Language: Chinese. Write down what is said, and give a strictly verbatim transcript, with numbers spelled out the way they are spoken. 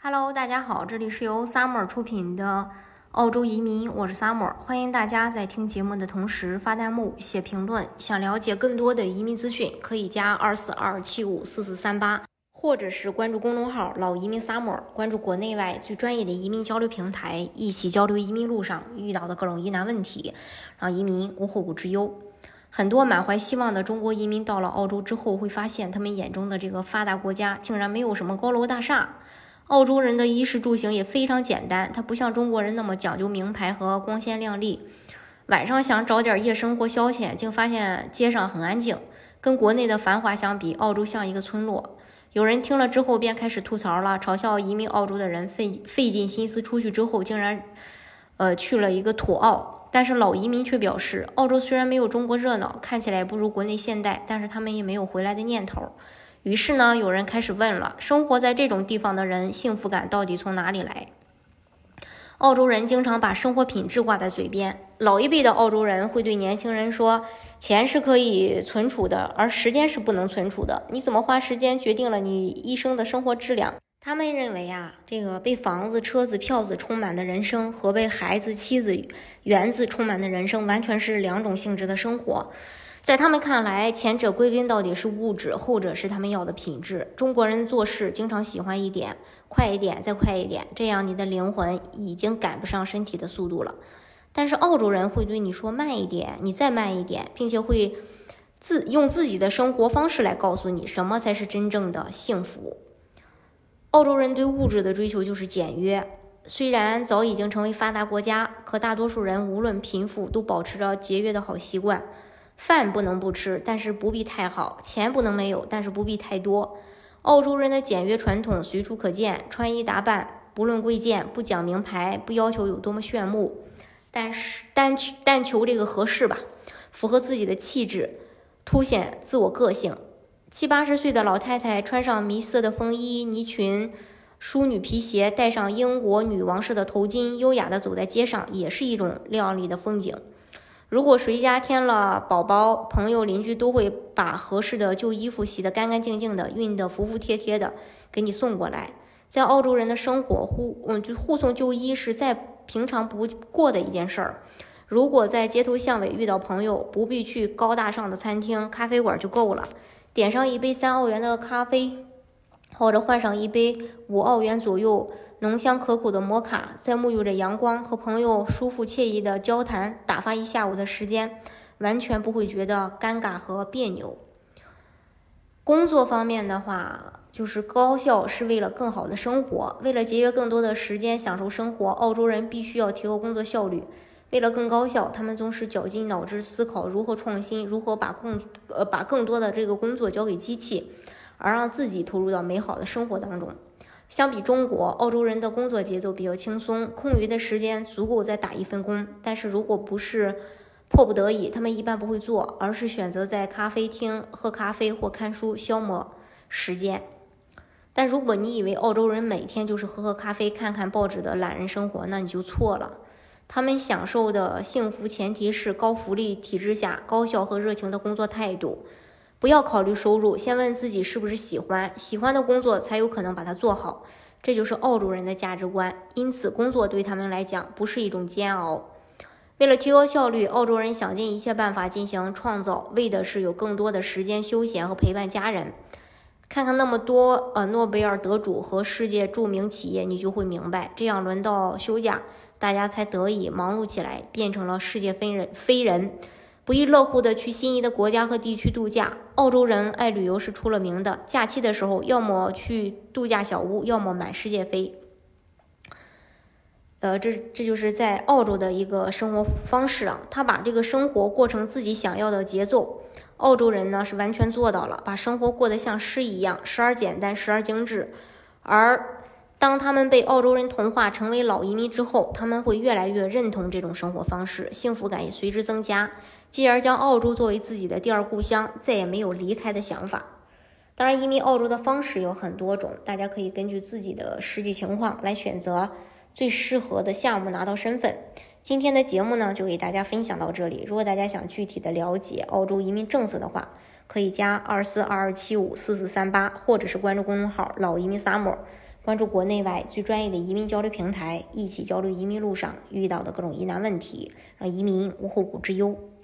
Hello， 大家好，这里是由 Summer 出品的澳洲移民，我是 Summer， 欢迎大家在听节目的同时发弹幕、写评论。想了解更多的移民资讯，可以加二四二七五四四三八，或者是关注公众号老移民 Summer， 关注国内外最专业的移民交流平台，一起交流移民路上遇到的各种疑难问题，让移民无后顾之忧。很多满怀希望的中国移民到了澳洲之后，会发现他们眼中的这个发达国家竟然没有什么高楼大厦。澳洲人的衣食住行也非常简单，它不像中国人那么讲究名牌和光鲜亮丽。晚上想找点夜生活消遣，竟发现街上很安静，跟国内的繁华相比，澳洲像一个村落。有人听了之后便开始吐槽了，嘲笑移民澳洲的人费费尽心思出去之后，竟然呃去了一个土澳。但是老移民却表示，澳洲虽然没有中国热闹，看起来不如国内现代，但是他们也没有回来的念头。于是呢，有人开始问了，生活在这种地方的人，幸福感到底从哪里来？澳洲人经常把生活品质挂在嘴边，老一辈的澳洲人会对年轻人说，钱是可以存储的，而时间是不能存储的，你怎么花时间决定了你一生的生活质量。他们认为啊，这个被房子、车子、票子充满的人生和被孩子、妻子、园子充满的人生完全是两种性质的生活。在他们看来，前者归根到底是物质，后者是他们要的品质。中国人做事经常喜欢一点，快一点，再快一点，这样你的灵魂已经赶不上身体的速度了。但是澳洲人会对你说慢一点，你再慢一点，并且会自用自己的生活方式来告诉你什么才是真正的幸福。澳洲人对物质的追求就是简约，虽然早已经成为发达国家，可大多数人无论贫富都保持着节约的好习惯。饭不能不吃，但是不必太好；钱不能没有，但是不必太多。澳洲人的简约传统随处可见，穿衣打扮不论贵贱，不讲名牌，不要求有多么炫目，但是但但求这个合适吧，符合自己的气质，凸显自我个性。七八十岁的老太太穿上迷色的风衣、呢裙、淑女皮鞋，戴上英国女王式的头巾，优雅地走在街上，也是一种亮丽的风景。如果谁家添了宝宝，朋友邻居都会把合适的旧衣服洗得干干净净的，熨得服服帖帖的给你送过来。在澳洲人的生活，护嗯就护送旧衣是再平常不过的一件事儿。如果在街头巷尾遇到朋友，不必去高大上的餐厅、咖啡馆就够了，点上一杯三澳元的咖啡，或者换上一杯五澳元左右浓香可口的摩卡，在沐浴着阳光，和朋友舒服惬意的交谈，打发一下午的时间，完全不会觉得尴尬和别扭。工作方面的话，就是高效是为了更好的生活，为了节约更多的时间享受生活，澳洲人必须要提高工作效率。为了更高效，他们总是绞尽脑汁思考如何创新，如何把更呃把更多的这个工作交给机器，而让自己投入到美好的生活当中。相比中国，澳洲人的工作节奏比较轻松，空余的时间足够再打一份工。但是如果不是迫不得已，他们一般不会做，而是选择在咖啡厅喝咖啡或看书消磨时间。但如果你以为澳洲人每天就是喝喝咖啡、看看报纸的懒人生活，那你就错了。他们享受的幸福前提是高福利体制下高效和热情的工作态度。不要考虑收入，先问自己是不是喜欢，喜欢的工作才有可能把它做好，这就是澳洲人的价值观。因此工作对他们来讲不是一种煎熬。为了提高效率，澳洲人想尽一切办法进行创造，为的是有更多的时间休闲和陪伴家人。看看那么多呃诺贝尔得主和世界著名企业，你就会明白，这样轮到休假，大家才得以忙碌起来，变成了世界飞人飞人不亦乐乎的去心仪的国家和地区度假。澳洲人爱旅游是出了名的，假期的时候要么去度假小屋，要么满世界飞。呃，这这就是在澳洲的一个生活方式啊，他把这个生活过成自己想要的节奏。澳洲人呢是完全做到了，把生活过得像诗一样，时而简单，时而精致。而当他们被澳洲人同化成为老移民之后，他们会越来越认同这种生活方式，幸福感也随之增加，继而将澳洲作为自己的第二故乡，再也没有离开的想法。当然，移民澳洲的方式有很多种，大家可以根据自己的实际情况来选择最适合的项目拿到身份。今天的节目呢，就给大家分享到这里。如果大家想具体的了解澳洲移民政策的话，可以加二四二二七五四四三八，或者是关注公众号老移民 Summer。 关注国内外最专业的移民交流平台，一起交流移民路上遇到的各种疑难问题，让移民无后顾之忧。